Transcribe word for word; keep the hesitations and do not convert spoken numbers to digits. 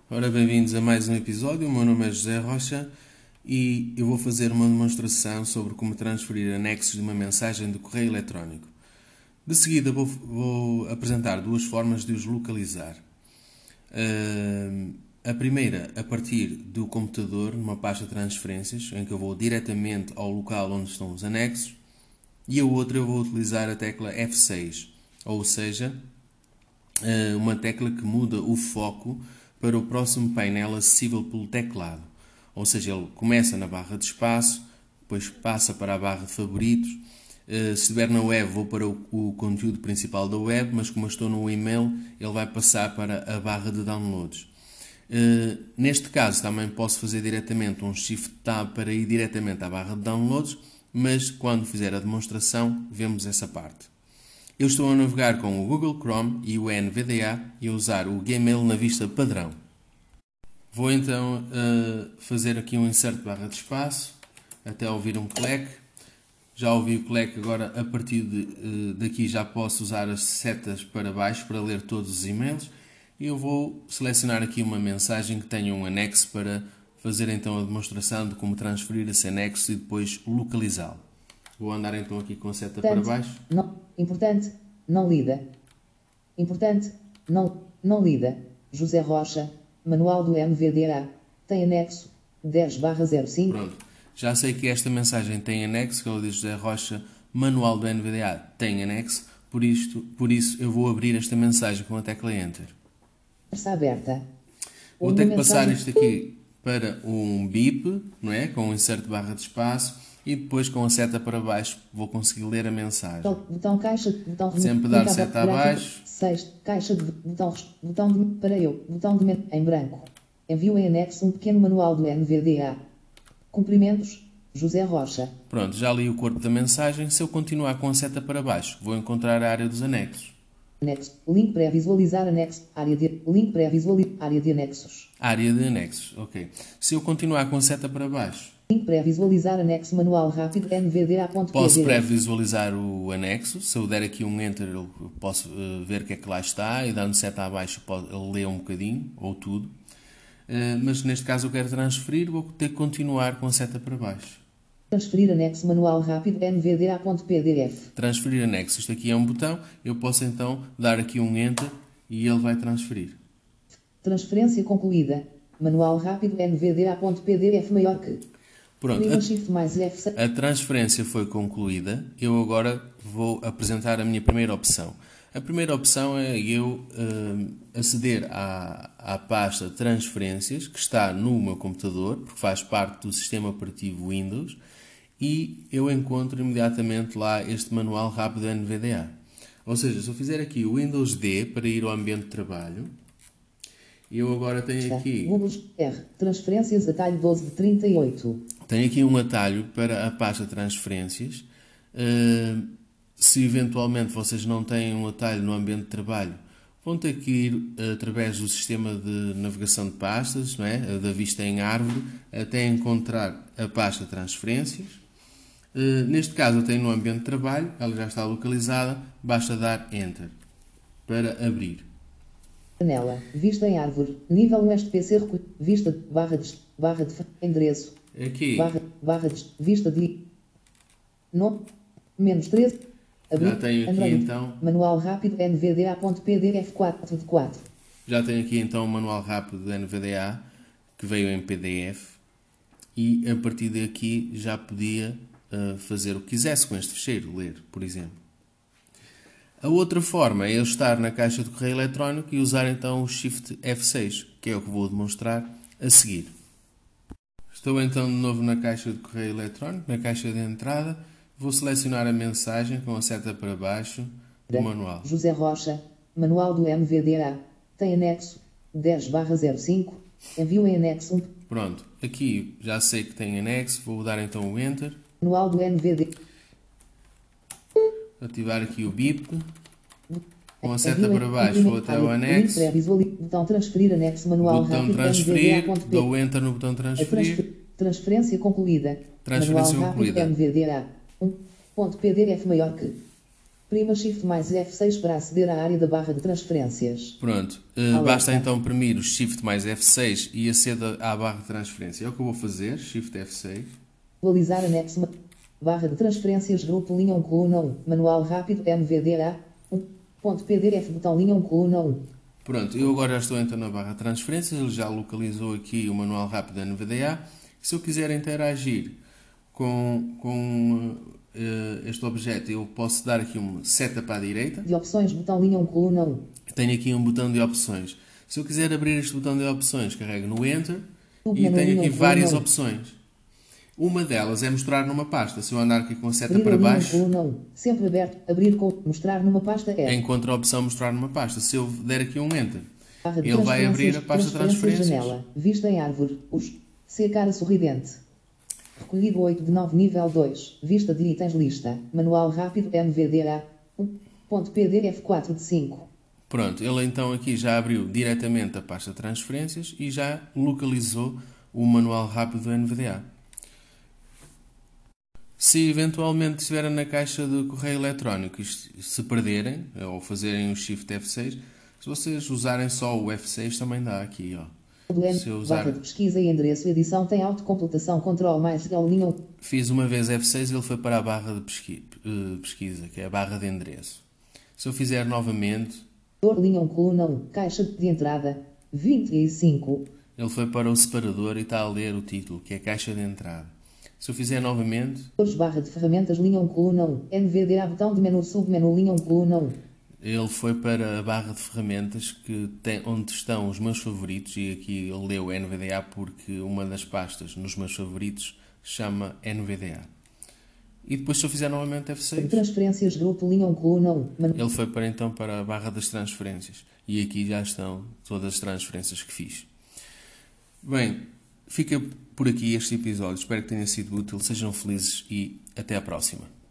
Ora, bem-vindos a mais um episódio. O meu nome é José Rocha e eu vou fazer uma demonstração sobre como transferir anexos de uma mensagem de correio eletrónico. De seguida, vou, vou apresentar duas formas de os localizar. Uh, a primeira, a partir do computador, numa pasta de transferências, em que eu vou diretamente ao local onde estão os anexos, e a outra, eu vou utilizar a tecla F seis, ou seja, uh, uma tecla que muda o foco para o próximo painel acessível pelo teclado. Ou seja, ele começa na barra de espaço, depois passa para a barra de favoritos. Se estiver na web, vou para o, o conteúdo principal da web, mas como eu estou no e-mail, ele vai passar para a barra de downloads. Neste caso, também posso fazer diretamente um Shift Tab para ir diretamente à barra de downloads, mas quando fizer a demonstração, vemos essa parte. Eu estou a navegar com o Google Chrome e o N V D A e a usar o Gmail na vista padrão. Vou então uh, fazer aqui um insert barra de espaço até ouvir um clack. Já ouvi o clack, agora a partir de, uh, daqui já posso usar as setas para baixo para ler todos os e-mails. E eu vou selecionar aqui uma mensagem que tenha um anexo para fazer então a demonstração de como transferir esse anexo e depois localizá-lo. Vou andar então aqui com a seta Importante, para baixo. Não, importante, não lida. Importante, não, não lida. José Rocha, Manual do M V D A. Tem anexo dez barra zero cinco. Pronto. Já sei que esta mensagem tem anexo, que ela diz José Rocha, Manual do N V D A tem anexo, por, isto, por isso eu vou abrir esta mensagem com a tecla Enter. Está aberta. Vou Uma ter que passar mensagem- isto aqui para um bip, não é? Com um insert barra de espaço. E depois com a seta para baixo vou conseguir ler a mensagem. Botão, botão caixa, botão remo- Sempre dar botão seta branco, abaixo. seis, caixa de botão, res- botão de para eu, botão de men- em branco. Envio em anexo um pequeno manual do N V D A. Cumprimentos, José Rocha. Pronto, já li o corpo da mensagem. Se eu continuar com a seta para baixo, vou encontrar a área dos anexos. Anexo, link pré-visualizar anexo, área de, link pré-visualizar, área de anexos. Área de anexos, ok. Se eu continuar com a seta para baixo, Link pré-visualizar anexo manual rápido N V D A ponto P D F. posso pré-visualizar o anexo. Se eu der aqui um Enter, eu posso uh, ver o que é que lá está. E dando seta abaixo, ele lê um bocadinho, ou tudo. Uh, mas neste caso eu quero transferir, vou ter que continuar com a seta para baixo. Transferir anexo manual rápido N V D A ponto P D F. Transferir anexo. Isto aqui é um botão. Eu posso então dar aqui um Enter e ele vai transferir. Transferência concluída. Manual rápido N V D A ponto P D F maior que. Pronto, Liga a, Shift mais F seis. a transferência foi concluída. Eu agora vou apresentar a minha primeira opção. A primeira opção é eu uh, aceder à, à pasta Transferências, que está no meu computador, porque faz parte do sistema operativo Windows, e eu encontro imediatamente lá este manual rápido N V D A. Ou seja, se eu fizer aqui o Windows D para ir ao ambiente de trabalho, eu agora tenho aqui, Google R. Transferências atalho doze de trinta e oito. tenho aqui um atalho para a pasta Transferências. Uh, se eventualmente vocês não têm um atalho no ambiente de trabalho, vão ter que ir uh, através do sistema de navegação de pastas, não é? Da vista em árvore, até encontrar a pasta Transferências. Uh, neste caso eu tenho no ambiente de trabalho, ela já está localizada, basta dar Enter para abrir. Janela. Vista em árvore. Nível um este P C recolhe. Vista de barra de barra de endereço. Aqui Barra, barra de vista de no menos treze. já tenho aqui Android. então, Manual rápido N V D A ponto P D F quatro de quatro. já tenho aqui então o manual rápido do N V D A que veio em P D F e a partir daqui já podia uh, fazer o que quisesse com este ficheiro, ler, por exemplo. A outra forma é eu estar na caixa de correio eletrónico e usar então o Shift F seis, que é o que vou demonstrar a seguir. Estou então de novo na caixa de correio eletrónico, na caixa de entrada. Vou selecionar a mensagem com a seta para baixo do manual. José Rocha, Manual do M V D A. Tem anexo dez barra zero cinco. Envio em anexo um. Pronto, aqui já sei que tem anexo, vou dar então o Enter. Manual do N V D A. Ativar aqui o bip. Com a seta para baixo vou até o anexo. Botão transferir anexo manual Botão rápido transferir, N V D A ponto P. dou Enter no botão transferir. Transferência concluída. Transferência Manual rápido concluída. N V D A. um ponto P D F maior que. Prima Shift mais F seis para aceder à área da barra de transferências. Pronto. Uh, basta então imprimir o Shift mais F seis e aceder à barra de transferência. É o que eu vou fazer. Shift F seis. Atualizar anexo. Barra de transferências, grupo linha um, coluna um. Manual rápido M V D A. um ponto P D F, botão linha um, coluna um. Pronto. Eu agora já estou então na barra de transferências. Ele já localizou aqui o manual rápido N V D A. Se eu quiser interagir com... com este objeto, eu posso dar aqui uma seta para a direita. De opções, botão linha um, coluna um. Tenho aqui um botão de opções. Se eu quiser abrir este botão de opções, carrego no Enter Tudo e tenho aqui um, várias um. opções. Uma delas é mostrar numa pasta. Se eu andar aqui com a seta Abrir para linha um, baixo, coluna um. Sempre aberto, abrir com, mostrar numa pasta é. encontro a opção mostrar numa pasta. Se eu der aqui um Enter, Barra de ele vai abrir a pasta de transferências. Janela, vista em árvore, os, C cara sorridente. Recolhido oito de nove, nível dois. Vista de itens, lista. Manual rápido M V D A. um ponto P D F quatro de cinco. Pronto, ele então aqui já abriu diretamente a pasta de transferências e já localizou o manual rápido do N V D A. Se eventualmente estiverem na caixa de correio eletrónico e se perderem, ou fazerem o Shift F seis, se vocês usarem só o F seis também dá aqui, ó. Se eu usar... Barra de pesquisa e endereço, edição tem autocompletação, control mais linha. Fiz uma vez F seis e ele foi para a barra de pesqui... pesquisa, que é a barra de endereço. Se eu fizer novamente... Linha um, coluna um, caixa de entrada, vinte e cinco. Ele foi para o separador e está a ler o título, que é caixa de entrada. Se eu fizer novamente... Barra de ferramentas, linha um, coluna um, N V D A, botão de menu, submenu, linha um, coluna um. Ele foi para a barra de ferramentas que tem, onde estão os meus favoritos, e aqui ele leu N V D A porque uma das pastas nos meus favoritos chama N V D A. E depois, se eu fizer novamente F seis, transferências, grupo linha um, coluna um. Ele foi para então para a barra das transferências. E aqui já estão todas as transferências que fiz. Bem, fica por aqui este episódio. Espero que tenha sido útil. Sejam felizes e até à próxima.